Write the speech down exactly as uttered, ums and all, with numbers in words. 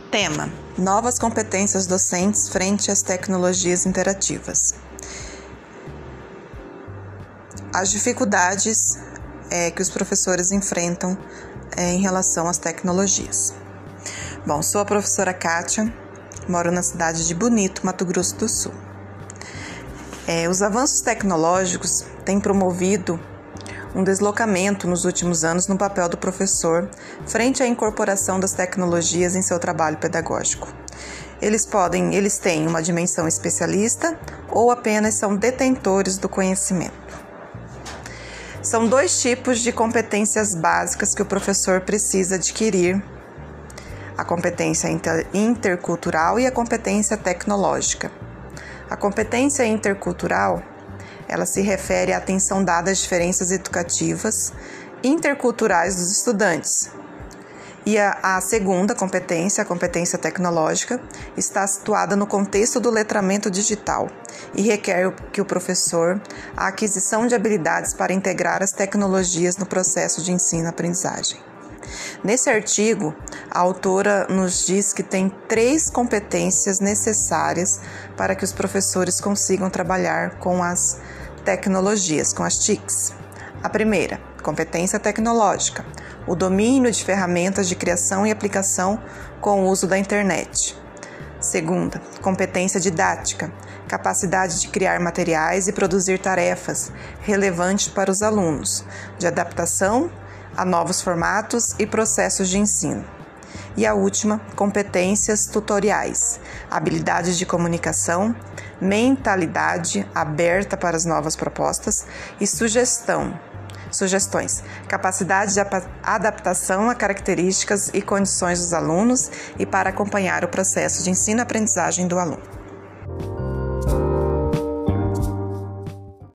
Tema: novas competências docentes frente às tecnologias interativas. As dificuldades é, que os professores enfrentam é, em relação às tecnologias. Bom, sou a professora Kátia, moro na cidade de Bonito, Mato Grosso do Sul. É, os avanços tecnológicos têm promovido um deslocamento nos últimos anos no papel do professor frente à incorporação das tecnologias em seu trabalho pedagógico. Eles podem, eles têm uma dimensão especialista ou apenas são detentores do conhecimento. São dois tipos de competências básicas que o professor precisa adquirir: a competência intercultural e a competência tecnológica. A competência intercultural, ela se refere à atenção dada às diferenças educativas interculturais dos estudantes. E a, a segunda competência, a competência tecnológica, está situada no contexto do letramento digital e requer que o professor a aquisição de habilidades para integrar as tecnologias no processo de ensino-aprendizagem. Nesse artigo, a autora nos diz que tem três competências necessárias para que os professores consigam trabalhar com as tecnologias, com as T I Cs. A primeira, competência tecnológica, o domínio de ferramentas de criação e aplicação com o uso da internet. Segunda, competência didática, capacidade de criar materiais e produzir tarefas relevantes para os alunos, de adaptação a novos formatos e processos de ensino. E a última, competências tutoriais, habilidades de comunicação, mentalidade aberta para as novas propostas e sugestão, sugestões, capacidade de adaptação a características e condições dos alunos e para acompanhar o processo de ensino-aprendizagem do aluno.